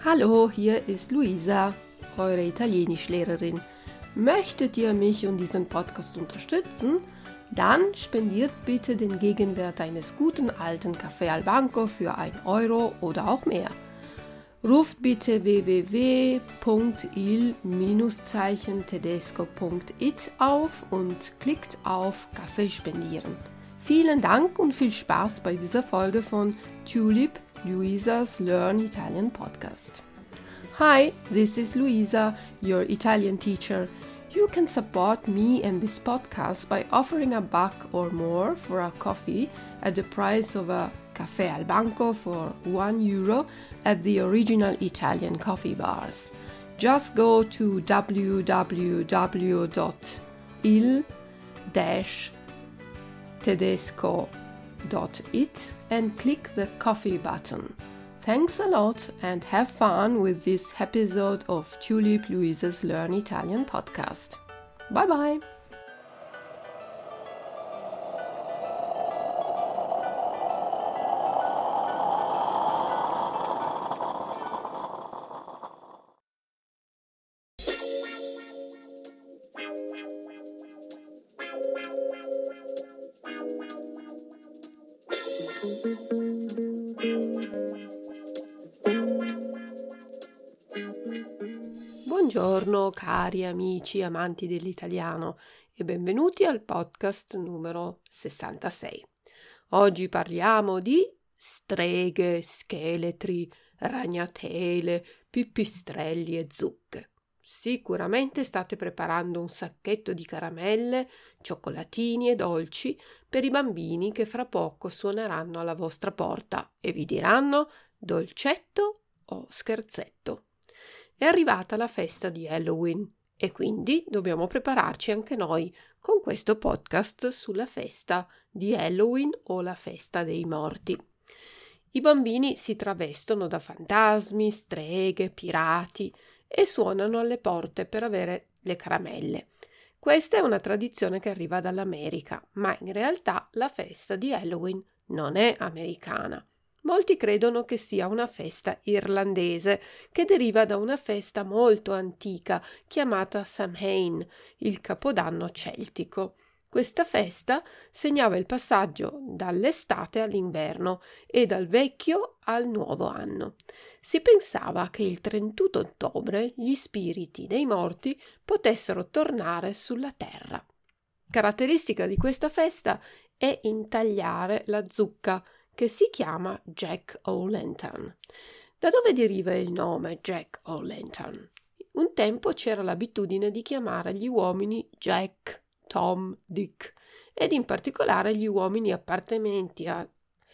Hallo, hier ist Luisa, eure Italienischlehrerin. Möchtet ihr mich und diesen Podcast unterstützen? Dann spendiert bitte den Gegenwert eines guten alten Café al Banco für 1 Euro oder auch mehr. Ruft bitte www.il-tedesco.it auf und klickt auf Kaffee spendieren. Vielen Dank und viel Spaß bei dieser Folge von Tulip, Luisa's Learn Italian podcast. Hi, this is Luisa, your Italian teacher. You can support me and this podcast by offering $1 or more for a coffee at the price of a Café al Banco for €1 at the original Italian coffee bars. Just go to www.il-tedesco.it and click the coffee button. Thanks a lot and have fun with this episode of Tulip Luisa's Learn Italian podcast. Bye bye! Buongiorno cari amici amanti dell'italiano e benvenuti al podcast numero 66. Oggi parliamo di streghe, scheletri, ragnatele, pipistrelli e zucche. Sicuramente state preparando un sacchetto di caramelle, cioccolatini e dolci per i bambini che fra poco suoneranno alla vostra porta e vi diranno dolcetto o scherzetto. È arrivata la festa di Halloween e quindi dobbiamo prepararci anche noi con questo podcast sulla festa di Halloween o la festa dei morti. I bambini si travestono da fantasmi, streghe, pirati e suonano alle porte per avere le caramelle. Questa è una tradizione che arriva dall'America, ma in realtà la festa di Halloween non è americana. Molti credono che sia una festa irlandese, che deriva da una festa molto antica chiamata Samhain, il capodanno celtico. Questa festa segnava il passaggio dall'estate all'inverno e dal vecchio al nuovo anno. Si pensava che il 31 ottobre gli spiriti dei morti potessero tornare sulla terra. Caratteristica di questa festa è intagliare la zucca, che si chiama Jack-o'-lantern. Da dove deriva il nome Jack-o'-lantern? Un tempo c'era l'abitudine di chiamare gli uomini Jack, Tom, Dick ed in particolare gli uomini appartenenti ad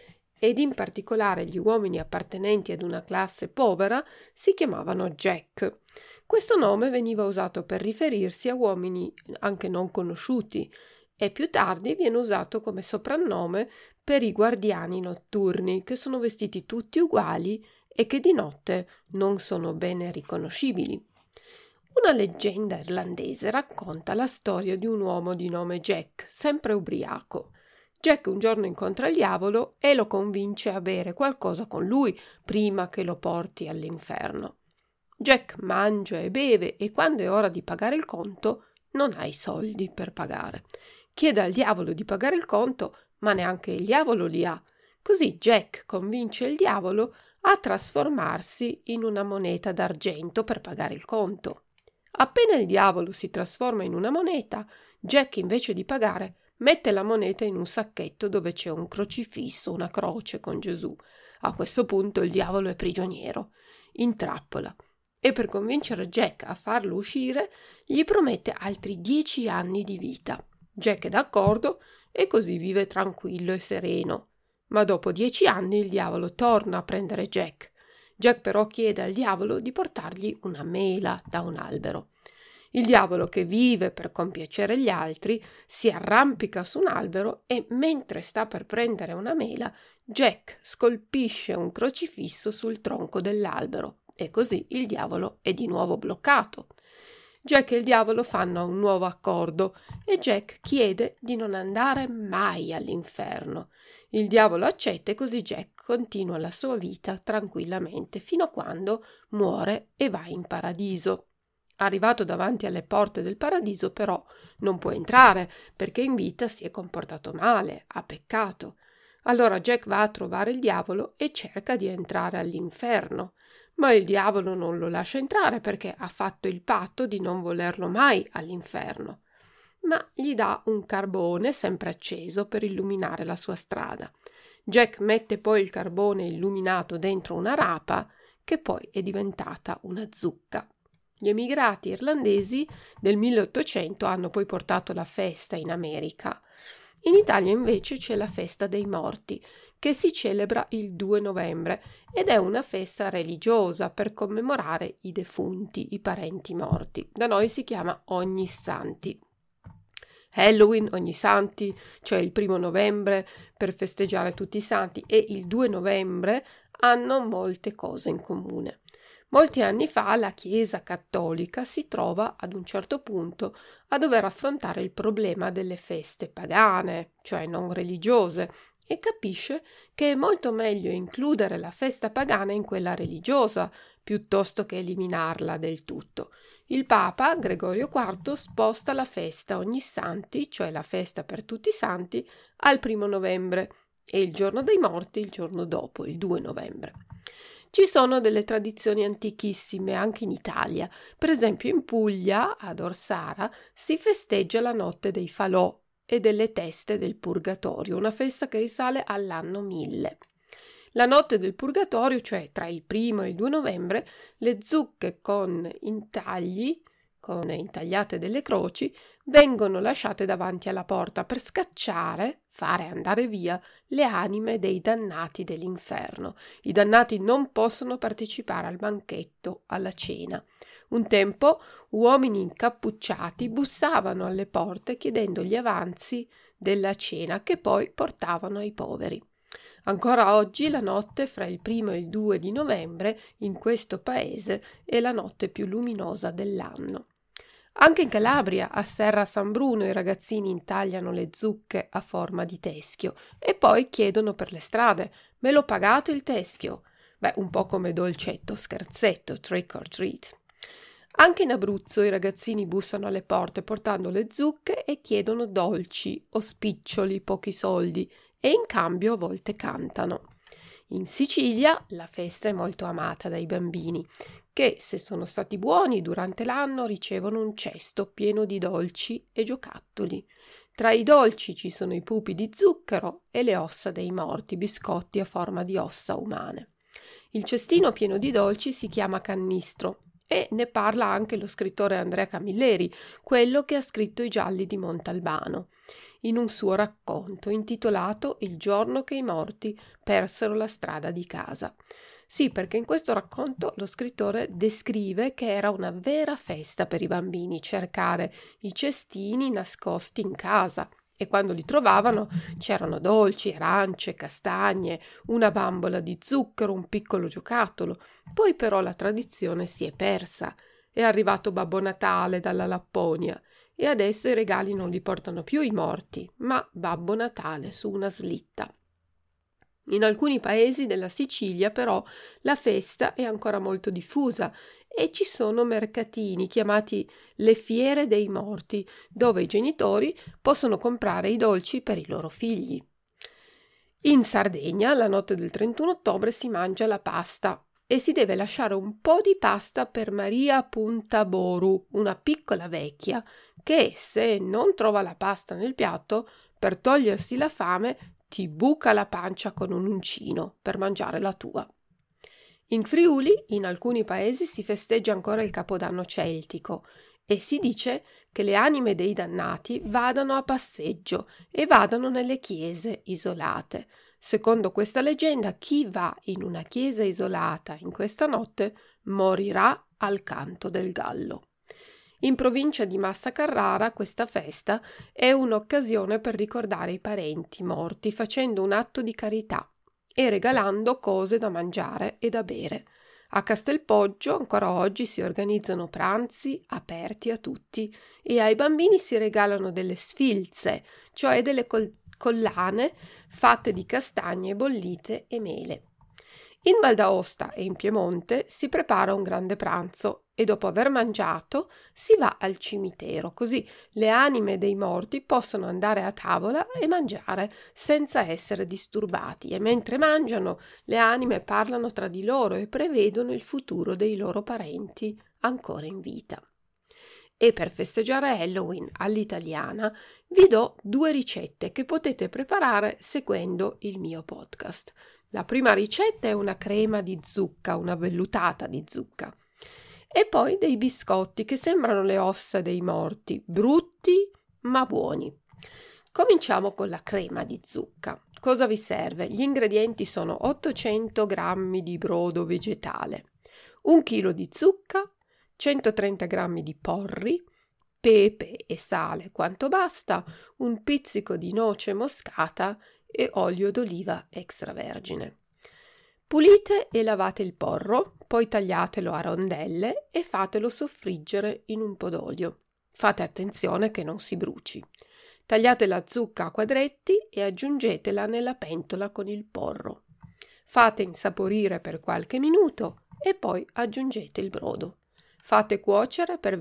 una classe povera si chiamavano Jack. Questo nome veniva usato per riferirsi a uomini anche non conosciuti e più tardi viene usato come soprannome per i guardiani notturni, che sono vestiti tutti uguali e che di notte non sono bene riconoscibili. Una leggenda irlandese racconta la storia di un uomo di nome Jack, sempre ubriaco. Jack un giorno incontra il diavolo e lo convince a bere qualcosa con lui prima che lo porti all'inferno. Jack mangia e beve e quando è ora di pagare il conto non ha i soldi per pagare. Chiede al diavolo di pagare il conto, ma neanche il diavolo li ha. Così Jack convince il diavolo a trasformarsi in una moneta d'argento per pagare il conto. Appena il diavolo si trasforma in una moneta, Jack invece di pagare mette la moneta in un sacchetto dove c'è un crocifisso, una croce con Gesù. A questo punto il diavolo è prigioniero, in trappola, e per convincere Jack a farlo uscire gli promette altri 10 anni di vita. Jack è d'accordo e così vive tranquillo e sereno. Ma dopo 10 anni il diavolo torna a prendere Jack. Jack però chiede al diavolo di portargli una mela da un albero. Il diavolo, che vive per compiacere gli altri, si arrampica su un albero e mentre sta per prendere una mela, Jack scolpisce un crocifisso sul tronco dell'albero e così il diavolo è di nuovo bloccato. Jack e il diavolo fanno un nuovo accordo e Jack chiede di non andare mai all'inferno. Il diavolo accetta e così Jack continua la sua vita tranquillamente fino a quando muore e va in paradiso. Arrivato davanti alle porte del paradiso, però, non può entrare perché in vita si è comportato male, ha peccato. Allora Jack va a trovare il diavolo e cerca di entrare all'inferno, ma il diavolo non lo lascia entrare perché ha fatto il patto di non volerlo mai all'inferno, ma gli dà un carbone sempre acceso per illuminare la sua strada. Jack mette poi il carbone illuminato dentro una rapa che poi è diventata una zucca. Gli emigrati irlandesi del 1800 hanno poi portato la festa in America. In Italia invece c'è la festa dei morti, che si celebra il 2 novembre ed è una festa religiosa per commemorare i defunti, i parenti morti. Da noi si chiama Ognissanti. Halloween, Ognissanti, cioè il 1 novembre per festeggiare tutti i santi, e il 2 novembre hanno molte cose in comune. Molti anni fa la Chiesa cattolica si trova ad un certo punto a dover affrontare il problema delle feste pagane, cioè non religiose, e capisce che è molto meglio includere la festa pagana in quella religiosa piuttosto che eliminarla del tutto. Il Papa Gregorio IV sposta la festa Ognissanti, cioè la festa per tutti i santi, al 1 novembre e il giorno dei morti il giorno dopo, il 2 novembre. Ci sono delle tradizioni antichissime anche in Italia. Per esempio in Puglia, ad Orsara, si festeggia la notte dei falò e delle teste del Purgatorio, una festa che risale all'anno 1000. La notte del Purgatorio, cioè tra il 1 e il 2 novembre, le zucche con intagliate delle croci, vengono lasciate davanti alla porta per scacciare, fare andare via le anime dei dannati dell'inferno. I dannati non possono partecipare al banchetto, alla cena. Un tempo uomini incappucciati bussavano alle porte chiedendo gli avanzi della cena che poi portavano ai poveri. Ancora oggi la notte fra il 1 e il 2 di novembre in questo paese è la notte più luminosa dell'anno. Anche in Calabria, a Serra San Bruno, i ragazzini intagliano le zucche a forma di teschio e poi chiedono per le strade: me lo pagate il teschio? Beh, un po' come dolcetto, scherzetto, trick or treat. Anche in Abruzzo i ragazzini bussano alle porte portando le zucche e chiedono dolci o spiccioli, pochi soldi, e in cambio a volte cantano. In Sicilia la festa è molto amata dai bambini, che, se sono stati buoni durante l'anno, ricevono un cesto pieno di dolci e giocattoli. Tra i dolci ci sono i pupi di zucchero e le ossa dei morti, biscotti a forma di ossa umane. Il cestino pieno di dolci si chiama cannistro e ne parla anche lo scrittore Andrea Camilleri, quello che ha scritto I Gialli di Montalbano, in un suo racconto intitolato Il giorno che i morti persero la strada di casa. Sì, perché in questo racconto lo scrittore descrive che era una vera festa per i bambini cercare i cestini nascosti in casa, e quando li trovavano c'erano dolci, arance, castagne, una bambola di zucchero, un piccolo giocattolo. Poi però la tradizione si è persa. È arrivato Babbo Natale dalla Lapponia e adesso i regali non li portano più i morti, ma Babbo Natale su una slitta. In alcuni paesi della Sicilia però la festa è ancora molto diffusa e ci sono mercatini chiamati le fiere dei morti, dove i genitori possono comprare i dolci per i loro figli. In Sardegna, la notte del 31 ottobre si mangia la pasta e si deve lasciare un po' di pasta per Maria Puntaboru, una piccola vecchia che, se non trova la pasta nel piatto, per togliersi la fame ti buca la pancia con un uncino per mangiare la tua. In Friuli, in alcuni paesi, si festeggia ancora il Capodanno celtico e si dice che le anime dei dannati vadano a passeggio e vadano nelle chiese isolate. Secondo questa leggenda, chi va in una chiesa isolata in questa notte morirà al canto del gallo. In provincia di Massa Carrara questa festa è un'occasione per ricordare i parenti morti facendo un atto di carità e regalando cose da mangiare e da bere. A Castelpoggio ancora oggi si organizzano pranzi aperti a tutti e ai bambini si regalano delle sfilze, cioè delle collane fatte di castagne bollite e mele. In Val d'Aosta e in Piemonte si prepara un grande pranzo e dopo aver mangiato si va al cimitero, così le anime dei morti possono andare a tavola e mangiare senza essere disturbati, e mentre mangiano le anime parlano tra di loro e prevedono il futuro dei loro parenti ancora in vita. E per festeggiare Halloween all'italiana vi do 2 ricette che potete preparare seguendo il mio podcast. La prima ricetta è una crema di zucca, una vellutata di zucca, e poi dei biscotti che sembrano le ossa dei morti, brutti ma buoni. Cominciamo con la crema di zucca. Cosa vi serve? Gli ingredienti sono 800 g di brodo vegetale, 1 chilo di zucca, 130 g di porri, pepe e sale quanto basta, un pizzico di noce moscata e olio d'oliva extravergine. Pulite e lavate il porro, poi tagliatelo a rondelle e fatelo soffriggere in un po' d'olio. Fate attenzione che non si bruci. Tagliate la zucca a quadretti e aggiungetela nella pentola con il porro. Fate insaporire per qualche minuto e poi aggiungete il brodo. Fate cuocere per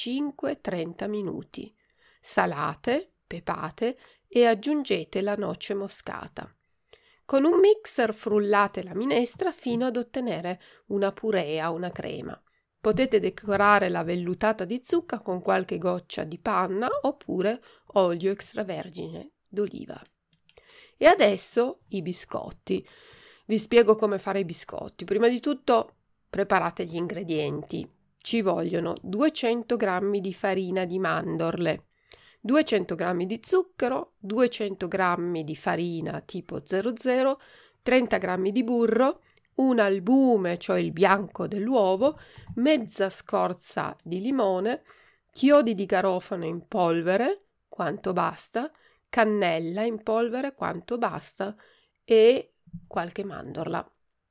25-30 minuti. Salate, pepate e aggiungete la noce moscata. Con un mixer frullate la minestra fino ad ottenere una purea, una crema. Potete decorare la vellutata di zucca con qualche goccia di panna oppure olio extravergine d'oliva. E adesso i biscotti. Vi spiego come fare i biscotti. Prima di tutto preparate gli ingredienti. Ci vogliono 200 g di farina di mandorle, 200 g di zucchero, 200 g di farina tipo 00, 30 g di burro, un albume, cioè il bianco dell'uovo, mezza scorza di limone, chiodi di garofano in polvere, quanto basta, cannella in polvere, quanto basta, e qualche mandorla.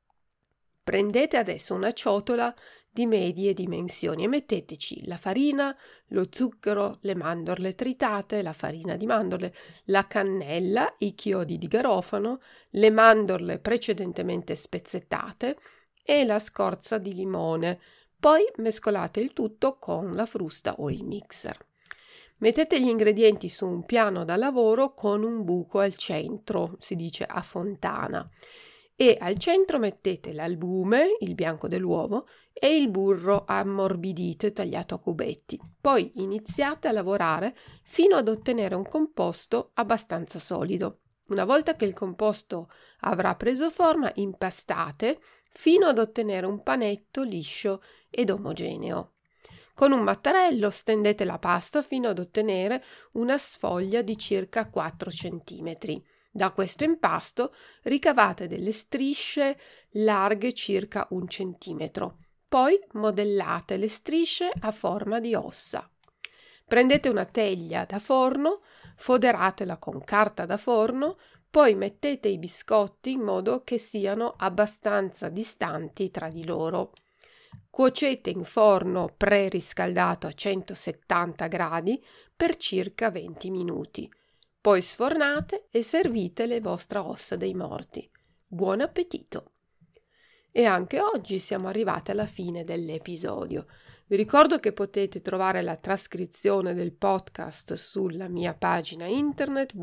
Prendete adesso una ciotola di medie dimensioni e metteteci la farina, lo zucchero, le mandorle tritate, la farina di mandorle, la cannella, i chiodi di garofano, le mandorle precedentemente spezzettate e la scorza di limone. Poi mescolate il tutto con la frusta o il mixer. Mettete gli ingredienti su un piano da lavoro con un buco al centro, si dice a fontana, e al centro mettete l'albume, il bianco dell'uovo, e il burro ammorbidito e tagliato a cubetti. Poi iniziate a lavorare fino ad ottenere un composto abbastanza solido. Una volta che il composto avrà preso forma, impastate fino ad ottenere un panetto liscio ed omogeneo. Con un mattarello stendete la pasta fino ad ottenere una sfoglia di circa 4 cm. Da questo impasto ricavate delle strisce larghe circa 1 centimetro. Poi modellate le strisce a forma di ossa. Prendete una teglia da forno, foderatela con carta da forno, poi mettete i biscotti in modo che siano abbastanza distanti tra di loro. Cuocete in forno preriscaldato a 170 gradi per circa 20 minuti. Poi sfornate e servite le vostre ossa dei morti. Buon appetito! E anche oggi siamo arrivati alla fine dell'episodio. Vi ricordo che potete trovare la trascrizione del podcast sulla mia pagina internet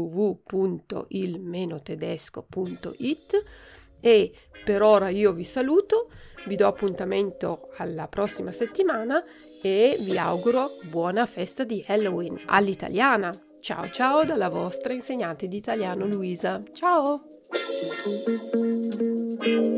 www.il-tedesco.it e per ora io vi saluto, vi do appuntamento alla prossima settimana e vi auguro buona festa di Halloween all'italiana. Ciao ciao dalla vostra insegnante di italiano Luisa. Ciao!